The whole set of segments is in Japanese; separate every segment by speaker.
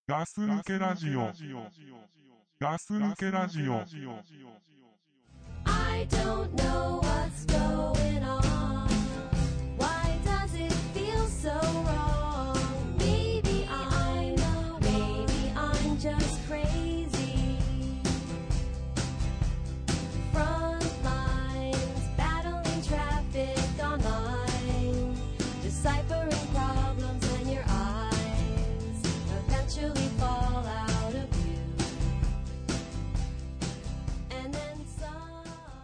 Speaker 1: ガス抜けラジオ。ガス抜けラジオ。
Speaker 2: I don't know what's going on. Why does it feel so wrong? Maybe I'm just crazy. Front lines, battling traffic online, deciphering problems in your eyes, eventually fall out of view. And then some.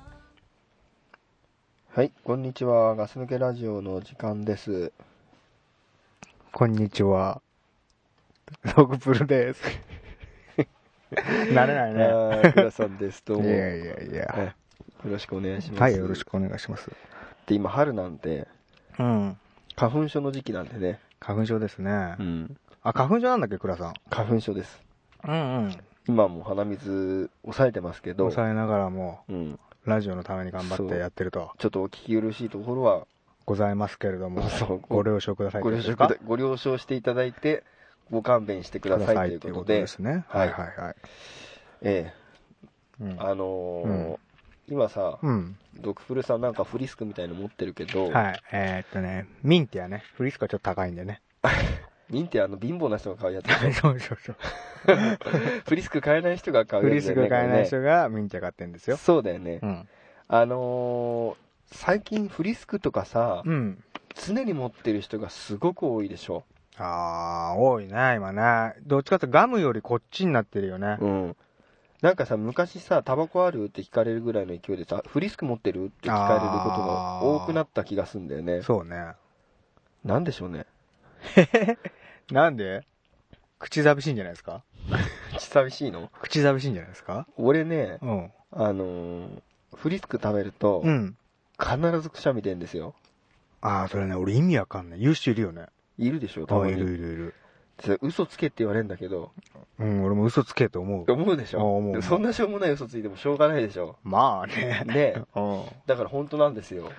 Speaker 3: はい、こんにちは。ガス抜けラジオの時間です。
Speaker 4: こんにちは。ログプルです。慣れないね。
Speaker 3: 倉さんです。どうも。
Speaker 4: いやいやいや。
Speaker 3: よろしくお願いします。
Speaker 4: はい、よろしくお願いします。
Speaker 3: で、今春なんで、
Speaker 4: うん。
Speaker 3: 花粉症の時期なんでね。
Speaker 4: 花粉症ですね。
Speaker 3: ん。
Speaker 4: あ、花粉症なんだっけ、倉さん。
Speaker 3: 花粉症です。
Speaker 4: うんうん。
Speaker 3: 今もう鼻水抑えてますけど、
Speaker 4: 抑えながらも、
Speaker 3: うん。
Speaker 4: ラジオのために頑張ってやってると
Speaker 3: ちょっとお聞き苦しいところは、
Speaker 4: ございますけれども、
Speaker 3: そう
Speaker 4: ご了承ください
Speaker 3: ご了承していただいて、ご勘弁してくださいということで。
Speaker 4: ですね。
Speaker 3: は
Speaker 4: はいいはいはい。
Speaker 3: ええ。
Speaker 4: うん
Speaker 3: 今さ、
Speaker 4: うん。
Speaker 3: ドクフルさんなんかフリスクみたいの持ってるけど、
Speaker 4: はい。ミンティアね。フリスクはちょっと高いんでね。
Speaker 3: ミンって貧乏な人が買うやつ。
Speaker 4: そうそうそう。
Speaker 3: フリスク買えない人が買う
Speaker 4: フリス
Speaker 3: やつだよね。
Speaker 4: ク買えない
Speaker 3: こ
Speaker 4: 人がミンティア買ってんです
Speaker 3: れね
Speaker 4: よ。
Speaker 3: そうだよね。
Speaker 4: うん。
Speaker 3: 最近フリスクとかさ、
Speaker 4: うん。
Speaker 3: 常に持ってる人がすごく多いでしょ。
Speaker 4: 多いね、今ね。どっちかってガムよりこっちになってるよね。
Speaker 3: うん。なんかさ、昔さ、タバコあるって聞かれるぐらいの勢いでさ、フリスク持ってるって聞かれることが多くなった気がするんだよね。
Speaker 4: そうね。
Speaker 3: なんでしょうね。
Speaker 4: なんで口寂しいんじゃないですか？
Speaker 3: 寂しいの？
Speaker 4: 口寂しいんじゃないですか？
Speaker 3: 俺ね、
Speaker 4: うん。
Speaker 3: フリスク食べると、
Speaker 4: うん。
Speaker 3: 必ずくしゃみ出んですよ。
Speaker 4: それね、俺意味わかんない。言う人いるよね。
Speaker 3: いるでしょ、たまに。
Speaker 4: いるいるいる。
Speaker 3: 嘘つけって言われるんだけど、
Speaker 4: 俺も嘘つけと思う。
Speaker 3: 思うでしょ。
Speaker 4: 思う
Speaker 3: でもそんなしょうもない嘘ついてもしょうがないでしょ。
Speaker 4: まあね。
Speaker 3: ね
Speaker 4: うん。
Speaker 3: だから本当なんですよ。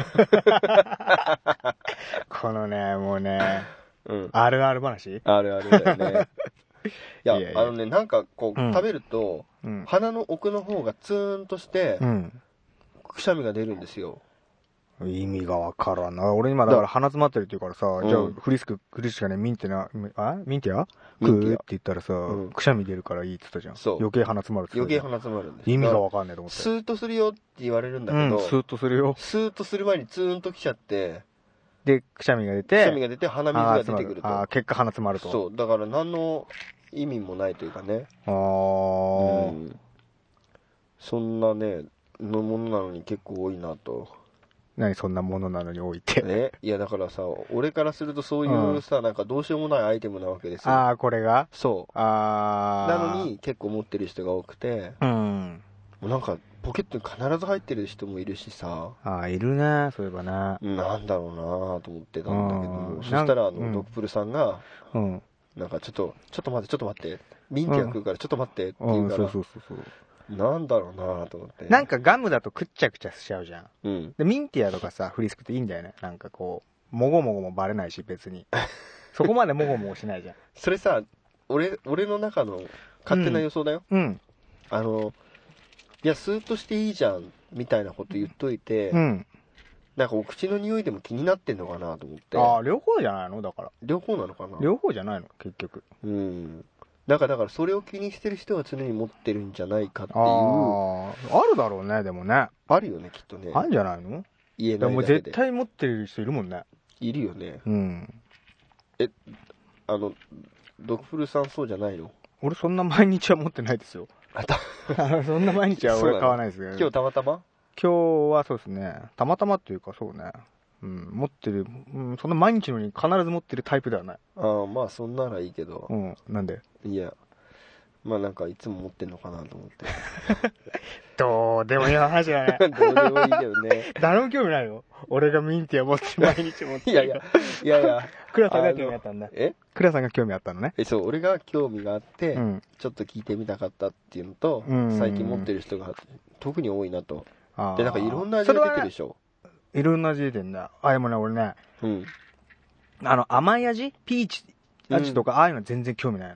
Speaker 4: このね、もうね、
Speaker 3: うん。
Speaker 4: あるある話？
Speaker 3: あるあるだよね。いや、
Speaker 4: いやいや
Speaker 3: なんかこう、
Speaker 4: うん
Speaker 3: 食べると、
Speaker 4: うん。
Speaker 3: 鼻の奥の方がツーンとして
Speaker 4: う、ん。
Speaker 3: くしゃみが出るんですよ。
Speaker 4: 意味がわからんな。俺今だから鼻詰まってるって言うからさ、
Speaker 3: うん
Speaker 4: じゃあフリスクがね、ミンティア
Speaker 3: ミンティア
Speaker 4: 食うって言ったらさ、
Speaker 3: うん
Speaker 4: くしゃみ出るからいいって言ったじゃん。
Speaker 3: そう
Speaker 4: 余計鼻詰まるって言ったじゃん。
Speaker 3: 余計鼻詰まるんですよ。
Speaker 4: 意味が
Speaker 3: だか
Speaker 4: わかんねえと思って。
Speaker 3: らスーッとするよって言われるんだけど、
Speaker 4: スーッとするよ。
Speaker 3: スーッとする前にツーンときちゃって、
Speaker 4: で、くしゃみが出
Speaker 3: くしゃ
Speaker 4: て、
Speaker 3: みが出て鼻水が出てくると。
Speaker 4: 結果鼻詰まると。
Speaker 3: そう、だから何の意味もないというかね。
Speaker 4: うん
Speaker 3: うんそんなね、のものなのに結構多いなと。
Speaker 4: 何そんなものなのに多いって。
Speaker 3: いやだからさ、俺からするとそういうさ、なんかどうしようもないアイテムなわけですよ。
Speaker 4: これが
Speaker 3: そう。なのに結構持ってる人が多くて、
Speaker 4: うん。
Speaker 3: もうなんかポケットに必ず入ってる人もいるしさ、
Speaker 4: いるね、そういえばね。
Speaker 3: なんだろうなと思ってたんだけども、
Speaker 4: うん
Speaker 3: そしたら
Speaker 4: うん
Speaker 3: ドクプルさんが、
Speaker 4: うん。
Speaker 3: なんかちょっと待って、ミンティア食うからちょっと待ってって言うから、
Speaker 4: そうそうそう。
Speaker 3: なんだろうなと思って。
Speaker 4: なんかガムだとくっちゃくちゃしちゃうじゃん。
Speaker 3: うん。
Speaker 4: で、ミンティアとかさ、フリスクっていいんだよね。なんかこう、もごもごもバレないし、別に。そこまでもごもごしないじゃん。
Speaker 3: それさ、俺の中の勝手な予想だよ。
Speaker 4: うん。
Speaker 3: いや、スーッとしていいじゃん、みたいなこと言っといて、
Speaker 4: うん。
Speaker 3: なんかお口の匂いでも気になってんのかなと思って。
Speaker 4: 両方じゃないのだから。
Speaker 3: 両方なのかな。
Speaker 4: 両方じゃないの結局。
Speaker 3: うん。だからそれを気にしてる人は常に持ってるんじゃないかっていう。
Speaker 4: あるだろうね、でもね。
Speaker 3: あるよね、きっとね。
Speaker 4: あるんじゃないの
Speaker 3: 言え
Speaker 4: でも
Speaker 3: ないだけで。
Speaker 4: 絶対持ってる人いるもんね。
Speaker 3: いるよね。
Speaker 4: うん。
Speaker 3: ドクフルさんそうじゃないの？
Speaker 4: 俺そんな毎日は持ってないですよ。そんな毎日は俺買わないですけど。
Speaker 3: 今日たまたま？
Speaker 4: 今日はそうですね。たまたまっていうかそうね。うん、持ってる、そんな毎日のように必ず持ってるタイプではない。
Speaker 3: まあそんならいいけど。
Speaker 4: うん、なんで
Speaker 3: いや、まあなんかいつも持ってんのかなと思って。
Speaker 4: どうでもいい話じゃない。
Speaker 3: どうでもいいけどね。
Speaker 4: 誰も興味ないよ。俺がミンティア持って毎日持ってる。
Speaker 3: いや。
Speaker 4: クラさんが興味あったんだ。クラさんが興味あったのね。
Speaker 3: そう、俺が興味があって、
Speaker 4: うん。
Speaker 3: ちょっと聞いてみたかったっていうのと、
Speaker 4: うん
Speaker 3: 最近持ってる人が特に多いなと。
Speaker 4: あー
Speaker 3: で、なんかいろんな味が出てるでしょ。
Speaker 4: いろんな味出てんだ。でもね、俺ね、
Speaker 3: うん。
Speaker 4: 甘い味ピーチ味とか、ああいうの全然興味ないの。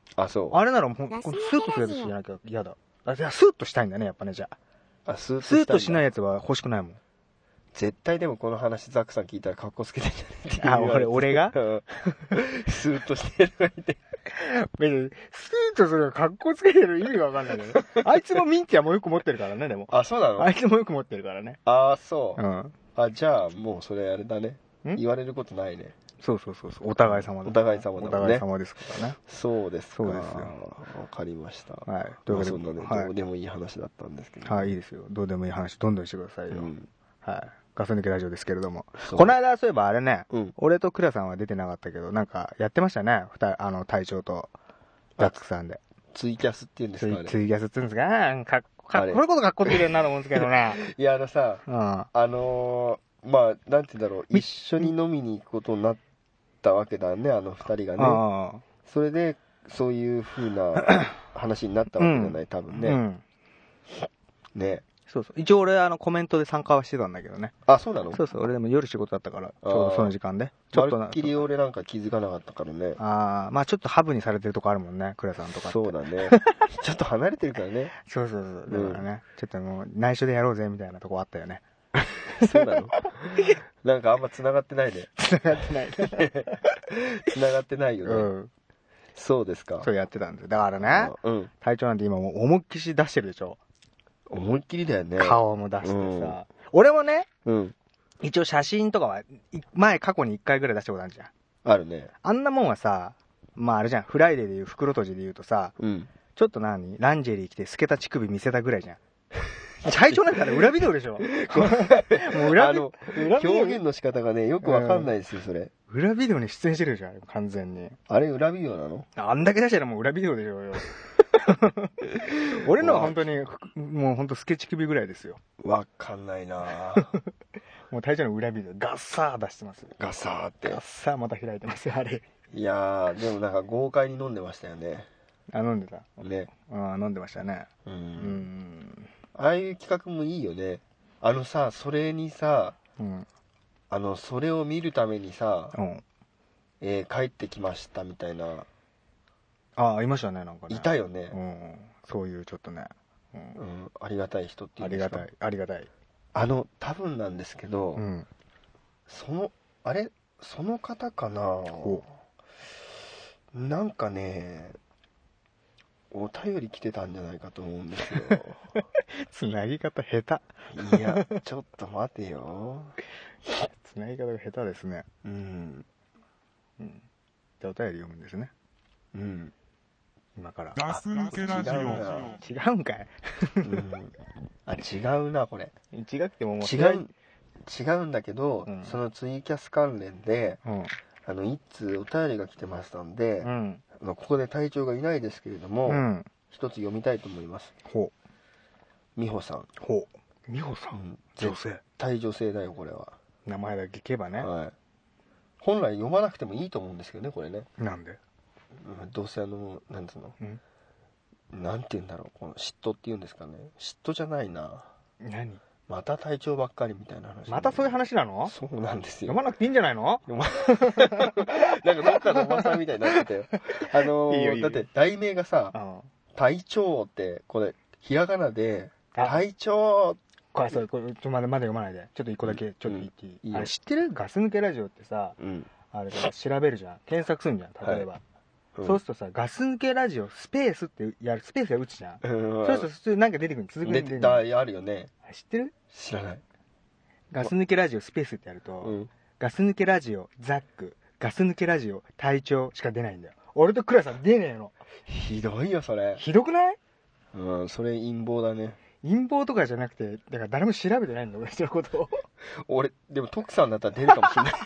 Speaker 3: あ、そう。
Speaker 4: あれならもう、このスーッとするやつじゃなきゃ嫌だ。あ、じゃあスーッとしたいんだね、やっぱね、じゃあ。
Speaker 3: スー
Speaker 4: スーッとしない
Speaker 3: い。
Speaker 4: やつは欲しくないもん。
Speaker 3: 絶対でもこの話ザックさん聞いたら格好つけてんじゃないって言う
Speaker 4: 俺が
Speaker 3: うんスーッとしてるのにて。
Speaker 4: 別に、スーッとする格好つけてる意味がわかんないけどね。あいつもミンティアもよく持ってるからね、でも。
Speaker 3: あ、そうなの？
Speaker 4: あいつもよく持ってるからね。
Speaker 3: あ、そう。
Speaker 4: うん。
Speaker 3: あ、じゃあもうそれあれだね。
Speaker 4: ん
Speaker 3: 言われることないね。
Speaker 4: そう。お互い様だ。
Speaker 3: お互い様だもんね
Speaker 4: お互い様ですからね。
Speaker 3: そうですか。
Speaker 4: そうですよ
Speaker 3: わかりました。
Speaker 4: はい。という
Speaker 3: まあ、
Speaker 4: わけで、
Speaker 3: そんなね、
Speaker 4: はい
Speaker 3: どうでもいい話だったんですけど。
Speaker 4: はい、いいですよ。どうでもいい話、どんどんしてくださいよ。
Speaker 3: うん。
Speaker 4: はい。ガス抜けラジオですけれども。
Speaker 3: そう
Speaker 4: この間、そういえばあれね、
Speaker 3: うん。
Speaker 4: 俺とクラさんは出てなかったけど、なんかやってましたね。隊長とザックさんで。
Speaker 3: ツイキャスっていうんですか、あれ。
Speaker 4: ツイキャスって言うんですかね。
Speaker 3: あれ
Speaker 4: これこそかっこつけてるなと思うんですけどね。
Speaker 3: いや、さ、
Speaker 4: うん。
Speaker 3: まあ、なんて言うんだろう、一緒に飲みに行くことになったわけだね、あの二人がね。
Speaker 4: あ
Speaker 3: それで、そういう風な話になったわけじゃない、多分ね。
Speaker 4: うん。
Speaker 3: ね。
Speaker 4: そう。一応俺、コメントで参加はしてたんだけどね。
Speaker 3: あ、そうなの？
Speaker 4: そう。俺でも夜仕事だったから、ちょうどその時間で。ちょっと
Speaker 3: まるっきり俺なんか気づかなかったからね。
Speaker 4: まあちょっとハブにされてるとこあるもんね、クラさんとかって。
Speaker 3: そうだね。ちょっと離れてるからね。
Speaker 4: そう。だからね、ちょっともう内緒でやろうぜみたいなとこあったよね。
Speaker 3: そうなの？なんかあんま繋がってないね。
Speaker 4: 繋がってない。
Speaker 3: 繋がってないよね。
Speaker 4: うん。
Speaker 3: そうですか。
Speaker 4: そうやってたんですよ。だからね、
Speaker 3: うん。
Speaker 4: 隊長なんて今もう思いっきし出してるでしょ。
Speaker 3: 思いっきりだよね。
Speaker 4: 顔も出してさ。俺もね、
Speaker 3: うん。
Speaker 4: 一応写真とかは、過去に1回ぐらい出したことあるじゃん。
Speaker 3: あるね。
Speaker 4: あんなもんはさ、まああれじゃん、フライデーでいう袋閉じで言うとさ、
Speaker 3: うん。
Speaker 4: ちょっとランジェリー着て透けた乳首見せたぐらいじゃん。隊長なんかね、裏ビデオでしょ。もう裏ビデオ。
Speaker 3: 表現の仕方がね、よくわかんないですよ、それ。
Speaker 4: 裏ビデオに出演してるじゃん、完全に。
Speaker 3: あれ裏ビデオなの？
Speaker 4: あんだけ出したらもう裏ビデオでしょうよ。俺のは本当に、もう本当スケチ首ぐらいですよ。
Speaker 3: わかんないなぁ。
Speaker 4: もう隊長の裏ビデオ、ガッサー出してますよ。
Speaker 3: ガサーって
Speaker 4: ガッ。サーまた開いてますよ、あれ。
Speaker 3: いやー、でもなんか豪快に飲んでましたよね。
Speaker 4: 飲んでた。
Speaker 3: ね。
Speaker 4: 飲んでましたね。
Speaker 3: う。
Speaker 4: うんん。
Speaker 3: ああいう企画もいいよね。それにさ、
Speaker 4: うん。
Speaker 3: それを見るためにさ、
Speaker 4: うん。
Speaker 3: 帰ってきましたみたいな、
Speaker 4: いましたね、なんかね。
Speaker 3: いたよね。
Speaker 4: うん。そういうちょっとね。うん。
Speaker 3: ありがたい人ってい
Speaker 4: あ
Speaker 3: うんですか。
Speaker 4: りがたい。ありがたい。
Speaker 3: 多分なんですけど、
Speaker 4: うん。
Speaker 3: その方かな、
Speaker 4: ほ
Speaker 3: なんかね、お便り来てたんじゃないかと思うんですよ。
Speaker 4: つなぎ方下
Speaker 3: いや、ちょっと待てよ。
Speaker 4: 手。つなぎ方が下手ですね。
Speaker 3: うん。
Speaker 4: うん。じゃあお便り読むんですね。
Speaker 3: うん。
Speaker 4: 今から。
Speaker 1: ガス抜けラジ
Speaker 3: 違う
Speaker 1: オ。
Speaker 3: な
Speaker 4: 違うんかい。
Speaker 3: 違うな、これ。
Speaker 4: 違くてももう。
Speaker 3: 違うんだけど、
Speaker 4: うん
Speaker 3: そのツイキャス関連で、
Speaker 4: うん。
Speaker 3: 一通お便りが来てましたんで、
Speaker 4: うん。
Speaker 3: ここで隊長がいないですけれども、
Speaker 4: うん。
Speaker 3: 一つ読みたいと思います。
Speaker 4: ほ
Speaker 3: 美穂さん。
Speaker 4: う。ほう。美穂さ。
Speaker 3: うんん
Speaker 4: 女性。
Speaker 3: 対女性だよ、これは。
Speaker 4: 名前だけ聞けばね。
Speaker 3: はい。本来読まなくてもいいと思うんですけどね、これね。
Speaker 4: なんで
Speaker 3: どうせなんつうの、
Speaker 4: うん。
Speaker 3: なんて言うんだろう、この嫉妬って言うんですかね。嫉妬じゃないな。
Speaker 4: 何
Speaker 3: また隊長ばっかりみたいな話。
Speaker 4: またそういう話なの
Speaker 3: そうなんですよ。
Speaker 4: 読まなくていいんじゃないの
Speaker 3: なんかどっかのおばさんみたいになってたよ。
Speaker 4: いいよいいよ
Speaker 3: だって題名がさ、
Speaker 4: うん。
Speaker 3: 隊長って、これ、ひらがなで、
Speaker 4: あ
Speaker 3: 隊長、
Speaker 4: これ、まだ読まないで。ちょっと一個だけ、ちょっと言っていい、
Speaker 3: いいよ
Speaker 4: あれ知ってるガス抜けラジオってさ、
Speaker 3: うん。
Speaker 4: あれさ、調べるじゃん。検索するんじゃん、例えば。
Speaker 3: うん
Speaker 4: そうするとさ、ガス抜けラジオスペースってやる、スペースが打つじゃん。
Speaker 3: うん
Speaker 4: そうすると普通なんか出てくる続く
Speaker 3: で
Speaker 4: に出てく
Speaker 3: だ
Speaker 4: る。
Speaker 3: あるよね。
Speaker 4: 知ってる
Speaker 3: 知らない。
Speaker 4: ガス抜けラジオスペースってやると、
Speaker 3: うん。
Speaker 4: ガス抜けラジオザック、ガス抜けラジオ隊長しか出ないんだよ。俺とクラさん出ねえの。
Speaker 3: ひどいよ、それ。
Speaker 4: ひどくない
Speaker 3: うん、それ陰謀だね。
Speaker 4: 陰謀とかじゃなくて、だから誰も調べてないんだ、俺のことを。
Speaker 3: 俺、でも徳さんだったら出るかもしれない。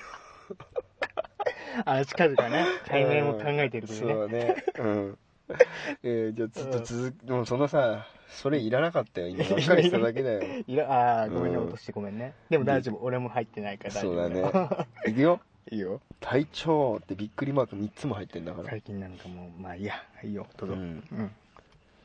Speaker 4: 近々ね、対面を考えてるというね。
Speaker 3: そうね。うん。じゃあちょっとでもそのさ、それいらなかったよ。今ばっかりしただけだよ。
Speaker 4: ごめんね、
Speaker 3: うん
Speaker 4: 落としてごめんね。でも大丈夫、俺も入ってないから大丈夫
Speaker 3: そうだね
Speaker 4: よ。。
Speaker 3: いくよ。
Speaker 4: いいよ。
Speaker 3: 隊長ってびっくりマーク3つも入ってんだから。
Speaker 4: 最近なんかもう、まあいいや、いいよ、どうぞ。
Speaker 3: う
Speaker 4: うんん。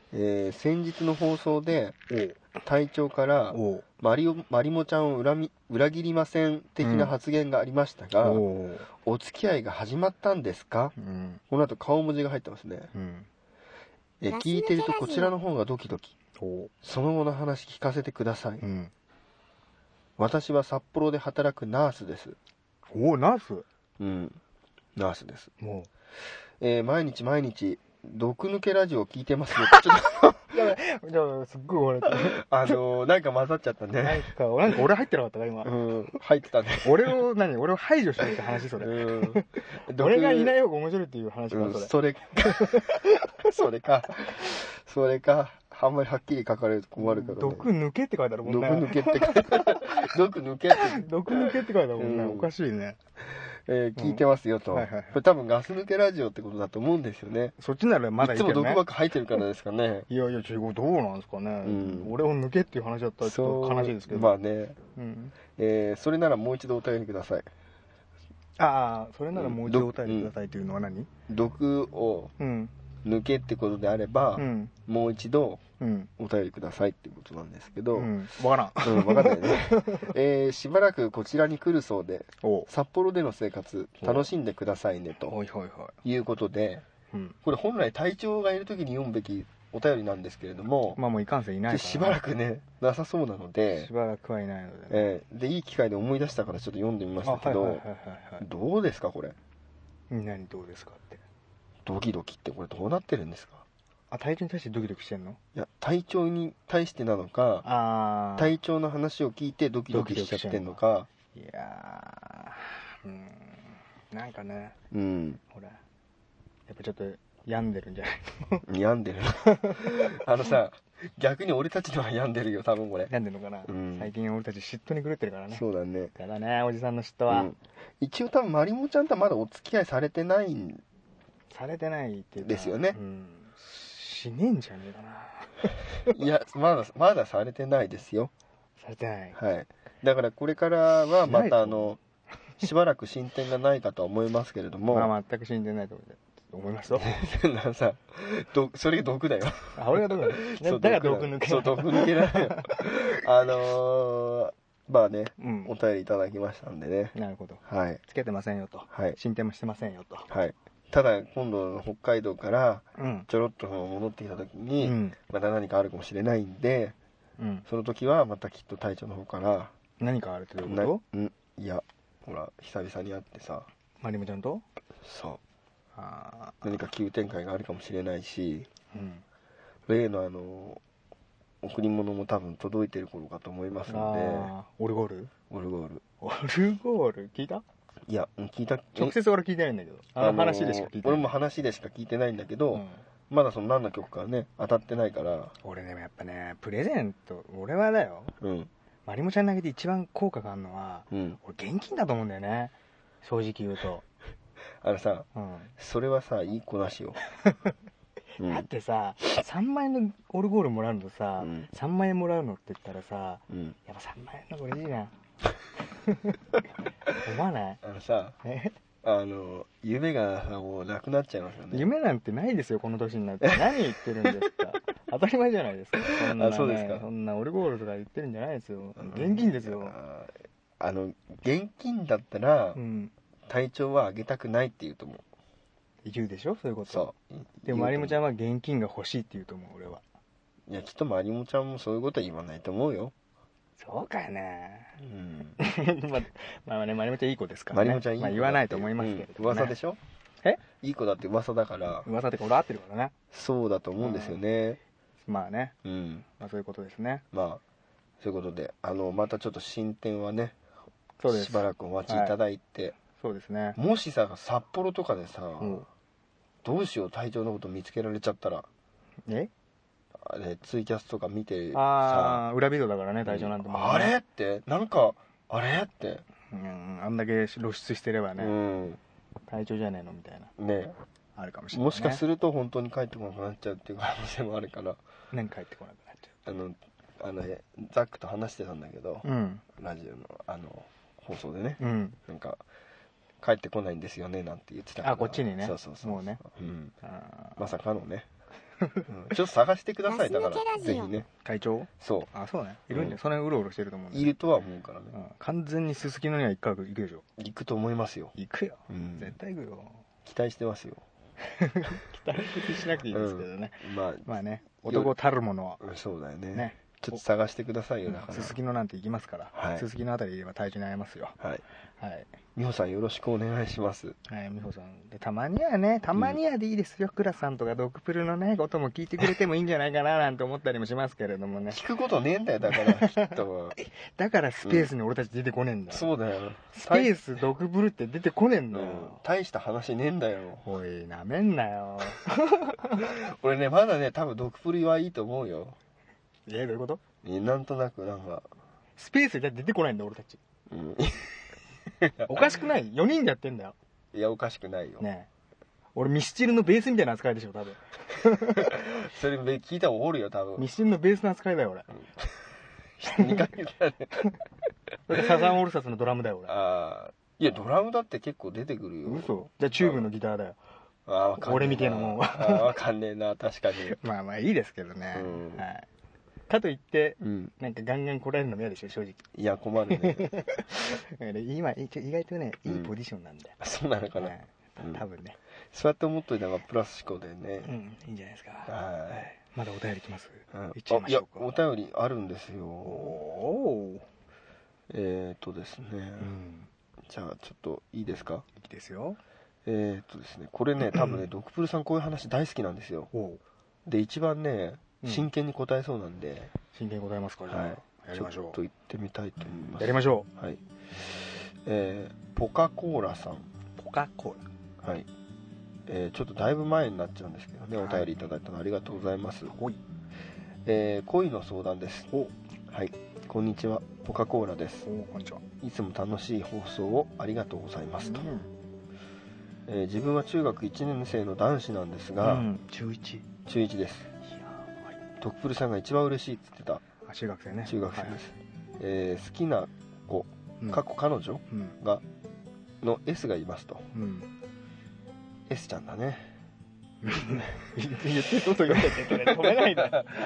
Speaker 3: 先日の放送で隊長から
Speaker 4: おう
Speaker 3: マリモちゃんを裏切りません的な発言がありましたが、
Speaker 4: おう
Speaker 3: お付き合いが始まったんですか？
Speaker 4: うん
Speaker 3: この後顔文字が入ってますね。
Speaker 4: うん
Speaker 3: 聞いてるとこちらの方がドキドキ。
Speaker 4: おう
Speaker 3: その後の話聞かせてください。
Speaker 4: うん
Speaker 3: 私は札幌で働くナースです。
Speaker 4: おうナース
Speaker 3: うんナースです。
Speaker 4: も
Speaker 3: 毎日毒抜けラジオ聞いてますよ。ちょっ
Speaker 4: うやばいやばいすっごい笑ってる
Speaker 3: となんか混ざっちゃった
Speaker 4: なん
Speaker 3: ね。
Speaker 4: か俺入ってなかったか今
Speaker 3: 入ってたね。
Speaker 4: 俺を排除しようって話それ俺がいない方が面白いっていう話かそれ
Speaker 3: それかあんまりはっきり書かれると困るからね。
Speaker 4: 毒抜けって書いてあるもん
Speaker 3: 毒
Speaker 4: ね
Speaker 3: 抜けって毒抜けって
Speaker 4: 毒抜けって書いてあるもんね
Speaker 3: うん
Speaker 4: おかしいね
Speaker 3: 聞いてますよと、
Speaker 4: はいはいはい
Speaker 3: これ多分ガス抜けラジオってことだと思うんですよね。
Speaker 4: そっちならまだいいけどね
Speaker 3: いつも毒ばっか入ってるからですかね。
Speaker 4: いやいや違うどうなんですかね
Speaker 3: ん
Speaker 4: 俺を抜けっていう話だったらちょっと悲しいですけど
Speaker 3: まあね、
Speaker 4: うん
Speaker 3: それならもう一度お便りください。
Speaker 4: ああそれならもう一度お便りくださいっていうのは何
Speaker 3: 毒を
Speaker 4: うん
Speaker 3: 抜けってことであれば、
Speaker 4: うん
Speaker 3: もう一度
Speaker 4: うん
Speaker 3: お便りくださいっていうことなんですけど、
Speaker 4: うんわからん
Speaker 3: 分かんないね、しばらくこちらに来るそうで、
Speaker 4: お
Speaker 3: 札幌での生活楽しんでくださいねと
Speaker 4: はいはいは
Speaker 3: いうことで、
Speaker 4: いうん
Speaker 3: これ本来隊長がいる時に読むべきお便りなんですけれども、
Speaker 4: まあもういかんせんいないから
Speaker 3: しばらくねなさそうなので
Speaker 4: し、ばらくはいないのでね
Speaker 3: でいい機会で思い出したからちょっと読んでみましたけど、
Speaker 4: はいはいはいはい
Speaker 3: どうですかこれ。
Speaker 4: 何どうですかって
Speaker 3: ドキドキってこれどうなってるんですか？
Speaker 4: あ体調に対してドキドキしてんの
Speaker 3: いや隊長に対してなのか、
Speaker 4: ああ
Speaker 3: 隊長の話を聞いてドキドキしちゃってんのか。
Speaker 4: いやなんかね
Speaker 3: うん
Speaker 4: ほらやっぱちょっと病んでるんじゃない
Speaker 3: 病んでるさ逆に俺たちのは病んでるよ多分これ。
Speaker 4: 病んでるのかな、
Speaker 3: うん
Speaker 4: 最近俺たち嫉妬に狂ってるからね
Speaker 3: そうだね、
Speaker 4: やだねおじさんの嫉妬は、
Speaker 3: 一応多分マリモちゃんとはまだお付き合いされてないん
Speaker 4: されてないっていうか
Speaker 3: ですよね
Speaker 4: しねえんじゃねえかな
Speaker 3: いやまだされてないですよ。
Speaker 4: されてない
Speaker 3: はいだからこれからはまた
Speaker 4: しないと
Speaker 3: しばらく進展がないかとは思いますけれども、
Speaker 4: まあ全く死んでないと思いますよ
Speaker 3: さそれが毒だよ。
Speaker 4: あ俺が毒だ
Speaker 3: そう
Speaker 4: だから毒抜け
Speaker 3: そう毒抜けだよまあね、
Speaker 4: うん
Speaker 3: お便りいただきましたんでね。
Speaker 4: なるほど
Speaker 3: はい
Speaker 4: つけてませんよと
Speaker 3: はい
Speaker 4: 進展もしてませんよと
Speaker 3: はい。ただ今度の北海道から
Speaker 4: うん
Speaker 3: ちょろっと戻ってきた時に、
Speaker 4: うん
Speaker 3: また何かあるかもしれないんで、
Speaker 4: うん
Speaker 3: その時はまたきっと隊長の方から
Speaker 4: 何かあるってどういうこと
Speaker 3: いやほら久々に会ってさ、
Speaker 4: マリモちゃんと
Speaker 3: そう
Speaker 4: あ
Speaker 3: 何か急展開があるかもしれないし、
Speaker 4: うん
Speaker 3: 例の贈り物も多分届いてる頃かと思いますの
Speaker 4: オルゴール
Speaker 3: で、オルゴール
Speaker 4: オルゴール聞いた
Speaker 3: いや聞いた
Speaker 4: 直接俺聞いてないんだけど話でしか聞いてない
Speaker 3: 俺も話でしか聞いてないんだけど、
Speaker 4: うん
Speaker 3: まだその何の曲かね当たってないから。
Speaker 4: 俺ねやっぱねプレゼント俺はだよ
Speaker 3: うん
Speaker 4: マリモちゃん投げて一番効果があるのは
Speaker 3: うん
Speaker 4: 俺現金だと思うんだよね正直言うと、
Speaker 3: さ
Speaker 4: うん
Speaker 3: それはさいい子なしよ、うん
Speaker 4: だってさ3万円のオルゴールもらうのとさ、
Speaker 3: うん
Speaker 4: 3万円もらうのって言ったらさ
Speaker 3: うん、
Speaker 4: やっぱ3万円の方が嬉しいな思わない
Speaker 3: さ
Speaker 4: え
Speaker 3: 夢がさもうなくなっちゃいますよね。
Speaker 4: 夢なんてないですよこの年になって何言ってるんですか当たり前じゃないですかそんな、ね、
Speaker 3: そうですか
Speaker 4: そんなオルゴールとか言ってるんじゃないですよ現金ですよ
Speaker 3: 現金だったら、
Speaker 4: うん
Speaker 3: 体調はあげたくないって言うと思う。
Speaker 4: 言うでしょそういうこと
Speaker 3: そう
Speaker 4: でもマリモちゃん
Speaker 3: は
Speaker 4: は現金が欲しいって言うと思う俺はい
Speaker 3: やきっとマリモちゃんもそういうことは言わないと思うよ。
Speaker 4: そうかよね
Speaker 3: うん
Speaker 4: まあねマリモちゃんいい子ですからね
Speaker 3: マリモちゃんいい子だって、
Speaker 4: まあ、言わないと思いますけれども、ね
Speaker 3: 噂でしょ。
Speaker 4: え
Speaker 3: いい子だって噂だから
Speaker 4: 噂ってか俺合ってるからね
Speaker 3: そうだと思うんですよね。
Speaker 4: まあね、
Speaker 3: うん
Speaker 4: まあ、そういうことですね
Speaker 3: まあそういうことでまたちょっと進展はね
Speaker 4: そうです
Speaker 3: しばらくお待ちいただいて、
Speaker 4: そうですね
Speaker 3: もしさ札幌とかでさ、
Speaker 4: うん
Speaker 3: どうしよう隊長のこと見つけられちゃったら
Speaker 4: え
Speaker 3: あれツイキャスとか見て
Speaker 4: ああ裏ビデオだからね隊長なんてもうね
Speaker 3: あれってなんかあれって、
Speaker 4: あんだけ露出してれば
Speaker 3: う
Speaker 4: ね、
Speaker 3: ん
Speaker 4: 隊長じゃねえのみたいな
Speaker 3: ね
Speaker 4: あるかもしれない、ね、
Speaker 3: もしかすると本当に帰ってこなくなっちゃうっていう可能性もあるから
Speaker 4: 何帰ってこなくなっちゃ
Speaker 3: ザックと話してたんだけど、
Speaker 4: ううん
Speaker 3: ラジオの放送でね、
Speaker 4: うん
Speaker 3: なんか帰ってこないんですよねなんて言ってたから。
Speaker 4: あこっちにね
Speaker 3: そうそうそう、
Speaker 4: もうね、
Speaker 3: まさかのね、ちょっと探してください。だからぜひね。
Speaker 4: 隊長
Speaker 3: そ
Speaker 4: そうねいるんで、それうろうろしてると思うんで、
Speaker 3: いるとは思うからね、
Speaker 4: 完全にすすきのには一回行くでしょ。
Speaker 3: 行くと思いますよ。
Speaker 4: 行くよ、
Speaker 3: 絶
Speaker 4: 対行くよ。
Speaker 3: 期待してますよ。
Speaker 4: 期待しなくていいですけどね、まあね、男たるものは
Speaker 3: そうだよね。
Speaker 4: ね、
Speaker 3: ちょっと探してくださいよ。だから
Speaker 4: すすきのなんて行きますから、すすきのあたりいれば隊長に会えますよ。はい、
Speaker 3: 美穂さんよろしくお願いします。
Speaker 4: はい、美穂さんでたまにはでいいですよ。クラさんとかドクプルのねことも聞いてくれてもいいんじゃないかななんて思ったりもしますけれどもね。
Speaker 3: 聞くことねえんだよ、だからきっと
Speaker 4: だからスペースに俺たち出てこねえんだよ。
Speaker 3: そうだよ、
Speaker 4: スペースドクプルって出てこねえんだよ。
Speaker 3: 大した話ねえんだよ。
Speaker 4: おいなめんなよ
Speaker 3: 俺ねまだね多分ドクプルはいいと思うよ。
Speaker 4: どういうこと？
Speaker 3: なんとなくなんか
Speaker 4: スペースじゃ出てこないんだよ俺たち、おかしくない？ 4 人でやってんだよ。
Speaker 3: いやおかしくないよ
Speaker 4: ねえ、俺ミスチルのベースみたいな扱いでしょ多分
Speaker 3: それ聞いたらおるよ多分。
Speaker 4: ミスチルのベースの扱いだよ俺、
Speaker 3: 2回言ったね
Speaker 4: それサザンオールスターズのドラムだよ俺。
Speaker 3: いやドラムだって結構出てくるよ。
Speaker 4: 嘘？じゃあチューブのギターだよ。
Speaker 3: わかんねえな
Speaker 4: 俺みてえなもんは
Speaker 3: わかんねえな確かに
Speaker 4: まあいいですけどね、はい、かといって、なんかガンガン来られるのも嫌でしょ正直。
Speaker 3: いや困るね
Speaker 4: 今意外とねいいポジションなんだよ、
Speaker 3: そうなのかな、
Speaker 4: 多分ね。
Speaker 3: そうやって思っといたのがプラス思考でね、
Speaker 4: いいんじゃないですか。
Speaker 3: はい
Speaker 4: まだお便り来ます？
Speaker 3: い
Speaker 4: っちゃいましょうか。
Speaker 3: いやお便りあるんですよ。ですね、じゃあちょっといいですか？
Speaker 4: いいですよ。
Speaker 3: ですね、これね多分ねドクプルさんこういう話大好きなんですよ。で一番ね真剣に答えそうなんで、
Speaker 4: 真剣に答えますか？じゃあやりましょう。
Speaker 3: ちょっと言ってみたいと思います。
Speaker 4: やりましょ
Speaker 3: う。はい。ポカ・コーラさん。
Speaker 4: ポカ・コー
Speaker 3: ラ。はい。ちょっとだいぶ前になっちゃうんですけどね、お便りいただいたのありがとうございます。恋の相談です。はい。こんにちは、ポカ・コーラです。
Speaker 4: こんにちは。
Speaker 3: いつも楽しい放送をありがとうございますと。自分は中学1年生の男子なんですが、
Speaker 4: 中 1？
Speaker 3: 中1です。ドクプルさんが一番嬉しいって言ってた。
Speaker 4: 中学生ね。
Speaker 3: 中学生です。好きな子、彼女がの S がいますと。S ちゃんだね。
Speaker 4: 言ってること言うんだけどね、止めない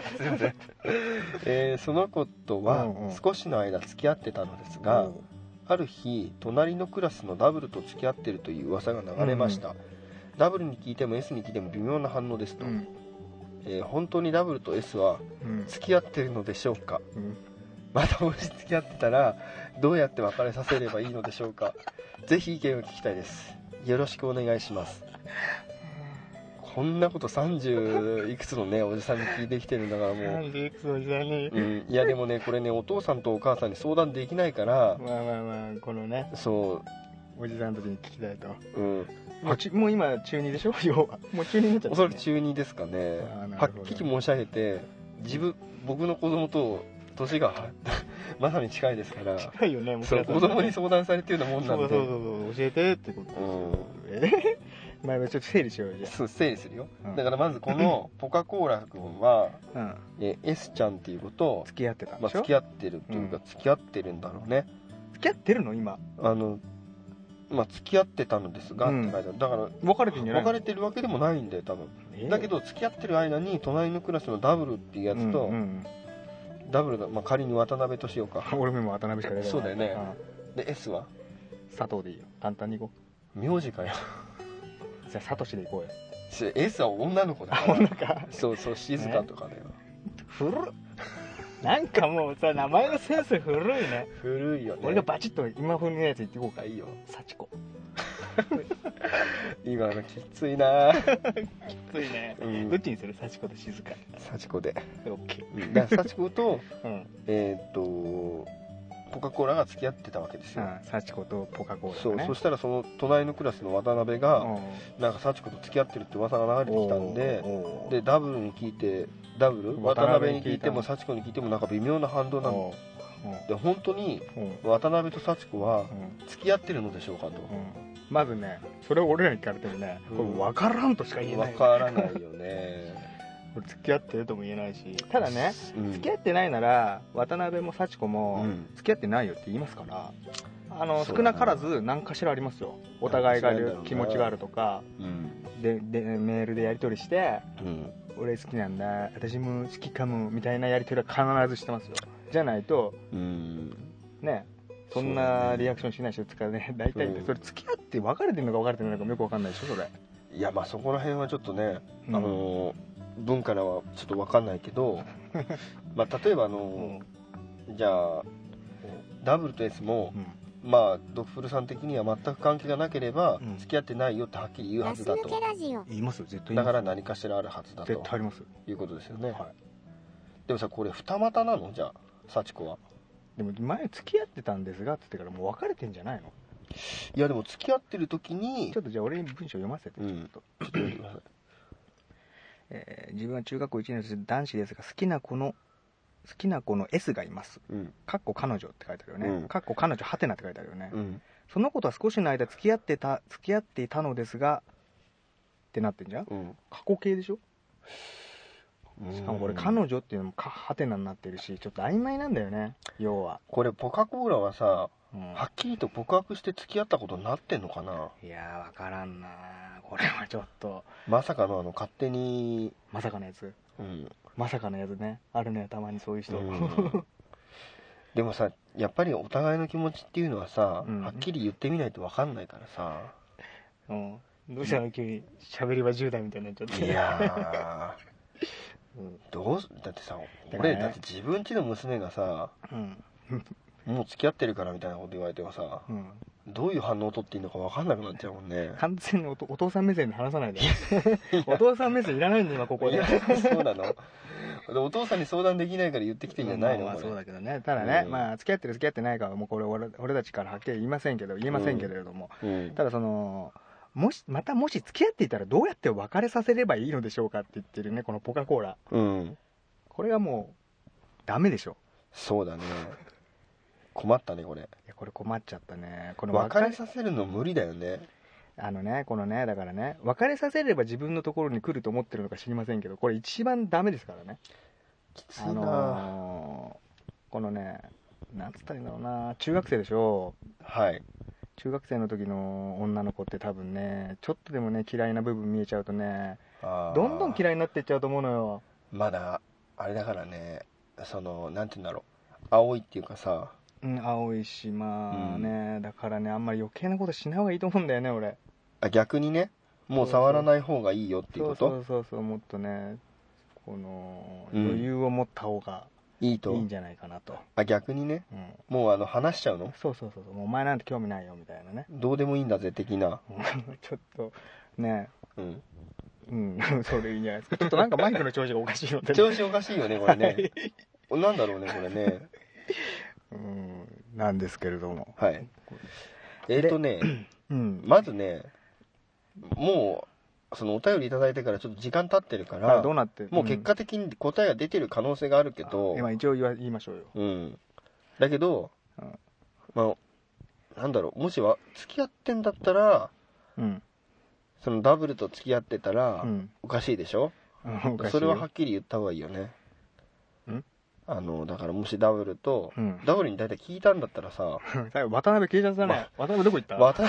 Speaker 3: で。その子とは少しの間付き合ってたのですが、ある日隣のクラスのダブルと付き合ってるという噂が流れました。ダブルに聞いても S に聞いても微妙な反応ですと。本当にダブルと S は付き合ってるのでしょうか？またもし付き合ってたらどうやって別れさせればいいのでしょうか？ぜひ意見を聞きたいです。よろしくお願いします。こんなこと30いくつのねおじさんに聞いてきてるんだからもう
Speaker 4: 30いくつのおじさんに、
Speaker 3: いやでもねこれねお父さんとお母さんに相談できないから
Speaker 4: このね
Speaker 3: そう
Speaker 4: おじさんたちに聞きたいと。もう今中2でしょ要はもう中2になっちゃった、
Speaker 3: おそらく中2ですかね。はっきり申し上げて僕の子供と年がまさに近いですから
Speaker 4: 近いよね。
Speaker 3: そう子供に相談されてるようなもんなんで
Speaker 4: そう教えてってことまあちょっと整理しようよ。
Speaker 3: そう整理するよ、だからまずこのポカ・コーラ君は、S ちゃんっていうことを
Speaker 4: 付き合ってたんでしょ。
Speaker 3: 付き合ってるというか、付き合ってるんだろうね。
Speaker 4: 付き合ってるの今
Speaker 3: 付き合ってたのですが、って書いてある。だから
Speaker 4: 別れてんじゃないの？
Speaker 3: 別れてるわけでもないんだよ多分、だけど付き合ってる間に隣のクラスのダブルっていうやつと、ダブルが、仮に渡辺としようか。
Speaker 4: 俺も渡辺しか出ない。
Speaker 3: そうだよね。で S は
Speaker 4: 佐藤でいいよ。簡単にいこ
Speaker 3: う。名字かよ。
Speaker 4: じゃあサトシでいこうよ。
Speaker 3: S は女の子だから。
Speaker 4: 女か。
Speaker 3: そう静かとかだよ。
Speaker 4: 古っ。なんかもうさ名前のセンス古いね。
Speaker 3: 古いよね。
Speaker 4: 俺がバチッと今風のやつ言っていこうか。
Speaker 3: いいよ。
Speaker 4: 幸子。
Speaker 3: 今のきついな。
Speaker 4: きついね。どっちにする？幸子と静か。
Speaker 3: 幸子で。
Speaker 4: オッケ
Speaker 3: ー。だから幸子とポカ・コーラが付き合ってたわけですよ。
Speaker 4: 幸子とポカ・コーラね。
Speaker 3: そしたらその隣のクラスの渡辺がなんか幸子と付き合ってるって噂が流れてきたんで、ダブルに聞いて渡辺に聞いても幸子に聞いてもなんか微妙な反応なので、本当に渡辺と幸子は付き合ってるのでしょうかと。
Speaker 4: まずねそれを俺らに聞かれてもね、これ分からんとしか言えない。
Speaker 3: 分からないよね。
Speaker 4: 付き合ってるとも言えないし、ただね、付き合ってないなら渡辺も幸子も付き合ってないよって言いますから、
Speaker 3: そうだな
Speaker 4: 少なからず何かしらありますよ。お互いが
Speaker 3: そうなんだろうな
Speaker 4: 気持ちがあるとかでメールでやり取りして俺好きなんだ私も好きかもみたいなやり取りは必ずしてますよ。じゃないとねそんなリアクションしない人使うね。大体それ付き合って別れてるのか別れてないのかもよく分かんないでしょそれ。
Speaker 3: いやまあそこら辺はちょっとね、文からはちょっと分かんないけどまあ例えばじゃあダブルと S も、まあドッフルさん的には全く関係がなければ、付き合ってないよってはっきり言うはずだと。
Speaker 4: 言いますよ絶対言います。
Speaker 3: だから何かしらあるはずだと
Speaker 4: 絶対あります。
Speaker 3: いうことですよね、
Speaker 4: はい、
Speaker 3: でもさこれ二股なのじゃあ幸子は。で
Speaker 4: も前付き合ってたんですがって言ってからもう別れてんじゃないの。
Speaker 3: いやでも付き合ってる時に
Speaker 4: ちょっとじゃあ俺に文章読ませて、ちょっと読んでください。自分は中学校1年生男子ですが好きな子の S がいます。かっこ彼女って書いてあるよね。かっこ彼女はてなって書いてあるよね。その子とは少しの間付き合っていたのですがってなってんじゃん。過去形でしょ。しかもこれ彼女っていうのもはてなになってるしちょっと曖昧なんだよね。要は
Speaker 3: これポカ・コーラはさ、はっきりと告白して付き合ったことになってんのかな。
Speaker 4: いやー分からんなこれはちょっと
Speaker 3: まさかの勝手に
Speaker 4: まさかのやつ、まさかのやつね。あるねたまにそういう人、
Speaker 3: でもさやっぱりお互いの気持ちっていうのはさ、はっきり言ってみないと分かんないからさ、
Speaker 4: どうしたの急に喋りは10代みたいになっちゃって。
Speaker 3: いやだってさ俺だって自分家の娘がさ、もう付き合ってるからみたいなこと言われてもさ、どういう反応を取っていいのか分かんなくなっちゃうもんね。
Speaker 4: 完全にお父さん目線で話さないでお父さん目線いらないんだ今ここで。
Speaker 3: そうなのお父さんに相談できないから言ってきてんじゃないの。
Speaker 4: そうだけどね。ただね、まあ付き合ってる付き合ってないかはもうこれ俺たちからはっきり言えませんけれども、ただもし付き合っていたらどうやって別れさせればいいのでしょうかって言ってるねこのポカ・コーラ、これがもうダメでしょ。
Speaker 3: そうだね困ったねこれ。い
Speaker 4: やこれ困っちゃったね。この
Speaker 3: 別れさせるの無理だよね。
Speaker 4: このねだからね別れさせれば自分のところに来ると思ってるのか知りませんけどこれ一番ダメですからね。
Speaker 3: きついな、
Speaker 4: このねなんつったらいいんだろうな、中学生でしょ。
Speaker 3: はい
Speaker 4: 中学生の時の女の子って多分ねちょっとでもね嫌いな部分見えちゃうとねどんどん嫌いになっていっちゃうと思うのよ。
Speaker 3: まだあれだからねなんて言うんだろう青いっていうかさ、
Speaker 4: 青いしまあね、だからねあんまり余計なことしない方がいいと思うんだよね俺。
Speaker 3: 逆にねもう触らない方がいいよっていうこと。
Speaker 4: そうもっとねこの余裕を持った方がいいんじゃないかなと。
Speaker 3: 逆にね、もう話しちゃうの。
Speaker 4: そうもうお前なんて興味ないよみたいなね。
Speaker 3: どうでもいいんだぜ的な
Speaker 4: ちょっとねそれいいんじゃないですか。ちょっとなんかマイクの調子がおかしいので、
Speaker 3: 調子おかしいよねこれねなんだろうねこれね
Speaker 4: なんですけれども、
Speaker 3: はいまずねもうお便りいただいてからちょっと時間経ってるから、
Speaker 4: どうなって
Speaker 3: もう結果的に答えが出てる可能性があるけど、
Speaker 4: 今一応言いましょうよ。
Speaker 3: だけど、まあなんだろう、もしは付き合ってんだったら、ダブルと付き合ってたら、おかしいでしょ。それははっきり言った方がいいよね。だからもしダブルと、ダブルに大体聞いたんだったらさ
Speaker 4: 渡辺警察だね。渡辺どこ行った？
Speaker 3: 渡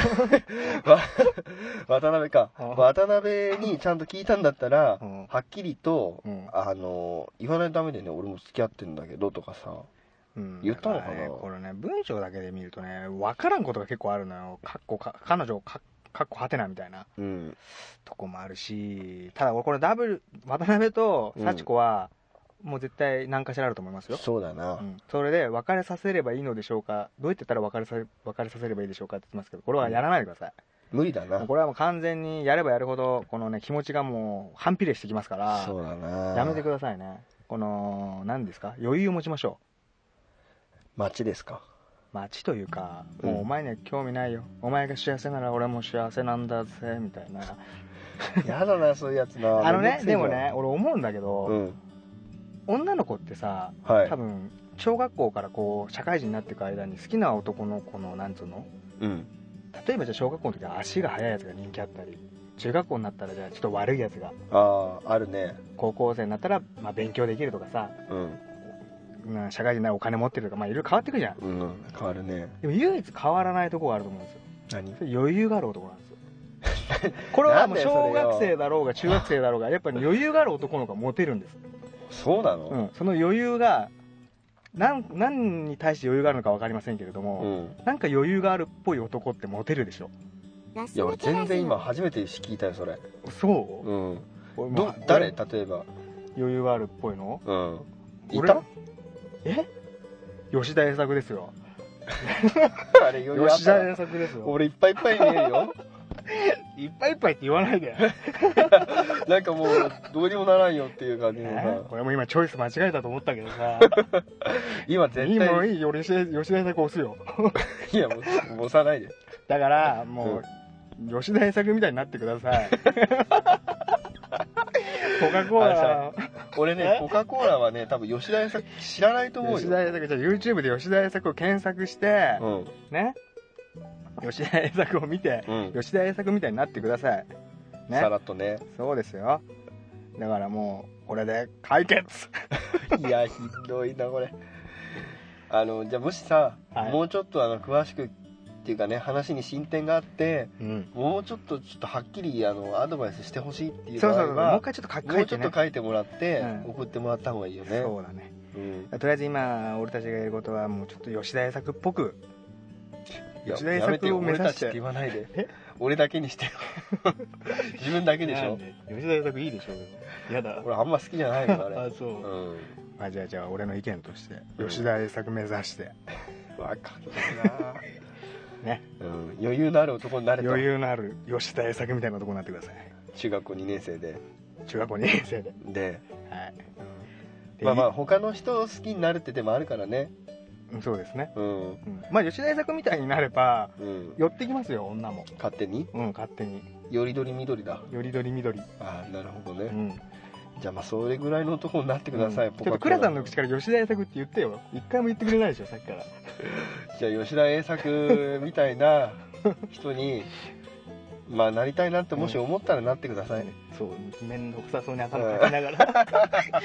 Speaker 3: 辺か。渡辺にちゃんと聞いたんだったら、はっきりと、言わないとダメでね、俺も付き合ってんだけどとかさ、言ったのかな。
Speaker 4: これね文章だけで見るとね分からんことが結構あるのよ。彼女かっこはてなみたいなとこもあるし、ただこれ渡辺と幸子は、もう絶対何かしらあると思いますよ。
Speaker 3: そうだな、
Speaker 4: それで別れさせればいいのでしょうか、どうやって言ったら別れさせればいいでしょうかって言ってますけど、これはやらないでください。
Speaker 3: 無理だな。
Speaker 4: これはもう完全にやればやるほどこのね気持ちがもう反比例してきますから、
Speaker 3: そうだな、
Speaker 4: やめてくださいね。この何ですか、余裕を持ちましょ
Speaker 3: う。待ちですか。
Speaker 4: 待ちというか、もうお前には興味ないよ、お前が幸せなら俺も幸せなんだぜみたいな
Speaker 3: やだなそういうやつな。
Speaker 4: でもね俺思うんだけど、女の子ってさ、多分小学校からこう社会人になっていく間に好きな男の子のなんつうの、例えばじゃあ小学校の時は足が速いやつが人気あったり、中学校になったらじゃあちょっと悪いやつが
Speaker 3: あるね。
Speaker 4: 高校生になったら、勉強できるとかさ、 社会人ならお金持ってるとか、まあいろいろ変わってくじゃん。
Speaker 3: 変わるね。
Speaker 4: でも唯一変わらないところがあると思うんですよ。
Speaker 3: 何？
Speaker 4: それ余裕がある男なんですよ。これはもう小学生だろうが中学生だろうが、やっぱり余裕がある男の子がモテるんです。
Speaker 3: そうなの？そ
Speaker 4: の余裕が何に対して余裕があるのか分かりませんけれども、なんか余裕があるっぽい男ってモテるでしょ。
Speaker 3: いや俺全然今初めて聞いたよそれ。
Speaker 4: そう？
Speaker 3: 誰？例えば
Speaker 4: 余裕があるっぽいの？
Speaker 3: いた？
Speaker 4: 吉田栄作ですよ。
Speaker 3: あれ余裕あった。
Speaker 4: 吉田栄作ですよ。
Speaker 3: 俺いっぱいいっぱい見えるよ。
Speaker 4: いっぱいいっぱいって言わないで。
Speaker 3: なんかもうどうにもならんよっていう感じのさ。
Speaker 4: これも今チョイス間違えたと思ったけどさ。
Speaker 3: 今絶対
Speaker 4: もういいよ、吉田栄作押すよ。
Speaker 3: いやもう押さないで。
Speaker 4: だからもう、吉田栄作みたいになってください。コカ・コーラ。
Speaker 3: 俺ね、コカ・コーラはね、多分吉田栄作知らないと思うよ。
Speaker 4: 吉田栄作、じゃあ YouTube で吉田栄作を検索して、ね。吉田栄作を見て、吉田栄作みたいになってください。
Speaker 3: ね。さらっとね。
Speaker 4: そうですよ。だからもう、これで解決。
Speaker 3: いや、ひどいな、これ。じゃあもしさ、もうちょっと詳しくっていうかね、話に進展があって、もうちょっとはっきりアドバイスしてほしいっていう場合は、
Speaker 4: もう一回ちょっと書いてね。
Speaker 3: もうちょっと書いてもらって、送ってもらった方がいいよね。
Speaker 4: そうだね。とりあえず今、俺たちがやることは、もうちょっと吉田栄作っぽく、吉田栄作を目指して。
Speaker 3: 俺たちって言わないで。俺だけにしてよ。自分だけでしょ。
Speaker 4: 吉田栄作いいでしょ。やだ。
Speaker 3: 俺あんま好きじゃないのあれ。
Speaker 4: あ、そう。じゃあ俺の意見として、吉田栄作目指して。
Speaker 3: わかるな。
Speaker 4: ね、
Speaker 3: 余裕のある男になれと。
Speaker 4: 余裕のある吉田栄作みたいな男になってください。
Speaker 3: 中学校2年生で。
Speaker 4: 中学校2年生で。
Speaker 3: で、
Speaker 4: はい。
Speaker 3: まあまあ他の人を好きになるって手もあるからね。
Speaker 4: そうですね。まあ吉田栄作みたいになれば、寄ってきますよ女も。
Speaker 3: 勝手に？
Speaker 4: 勝手に。
Speaker 3: よりどり緑だ。
Speaker 4: よりどり緑。
Speaker 3: ああ、なるほどね。じゃあまあそれぐらいの男になってください。
Speaker 4: ちょっと倉さんの口から吉田栄作って言ってよ。一回も言ってくれないでしょさっきから。
Speaker 3: じゃあ吉田栄作みたいな人にまあなりたいなってもし思ったらなってください。
Speaker 4: そう、面倒くさそうに頭かきながら言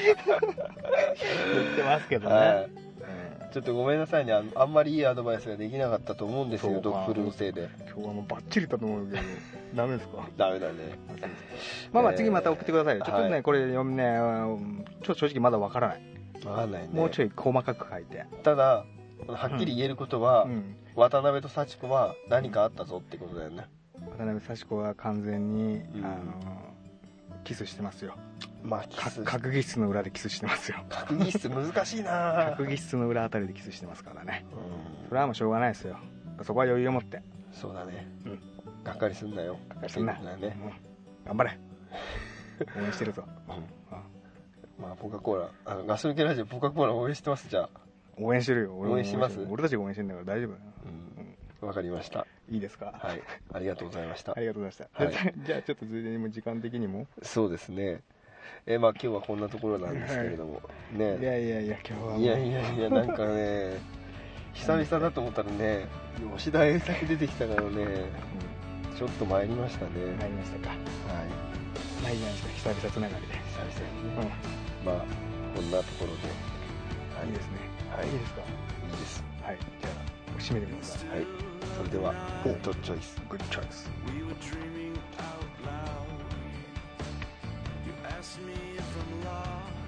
Speaker 4: ってますけどね。
Speaker 3: ちょっとごめんなさいね、あんまりいいアドバイスができなかったと思うんですよ、ドッフルのせいで。
Speaker 4: 今日はもうバッチリだと思うけどダメですか？
Speaker 3: ダメだね。
Speaker 4: まあ次また送ってくださいよ。ちょっとねこれ読むね、ちょっと正直まだわからない。
Speaker 3: わかんないね。
Speaker 4: もうちょい細かく書いて。
Speaker 3: ただはっきり言えることは、渡辺と幸子は何かあったぞってことだよね。
Speaker 4: 渡辺幸子は完全にキスしてますよ。
Speaker 3: まあ
Speaker 4: 閣議室の裏でキスしてますよ。
Speaker 3: 閣議室難しいな。
Speaker 4: 閣議室の裏あたりでキスしてますからね。それはもうしょうがないですよ。そこは余裕を持って。
Speaker 3: そうだね。がっかりすんなよ。
Speaker 4: がっかりすんな。
Speaker 3: ね。
Speaker 4: 頑張れ。応援してるぞ。
Speaker 3: まあコカ・コーラ、ガス抜けラジオコカ・コーラ応援してます。じゃあ
Speaker 4: 応援してるよ。
Speaker 3: 応援してます。
Speaker 4: 俺たちが応援してるんだから大丈夫だよ。
Speaker 3: わかりました。
Speaker 4: いいですか？
Speaker 3: はい。ありがとうございました。
Speaker 4: ありがとうございました。じゃあちょっとついでにも時間的にも。
Speaker 3: そうですね。まあ今日はこんなところなんですけれどもね。
Speaker 4: いや今日は。
Speaker 3: いやなんかね、久々だと思ったらね、吉田栄作出てきたからね、ちょっと参りましたね。
Speaker 4: 参りましたか。はい。参りました。久々つながりで。
Speaker 3: 久々にね。まあこんなところで。
Speaker 4: いいですね。
Speaker 3: はい。
Speaker 4: いいですか？
Speaker 3: いいです。
Speaker 4: はい。じゃあ締めてください。
Speaker 3: はい。それではグッドチョイス。
Speaker 4: グッドチョイス。
Speaker 5: Ask me if I'm lost.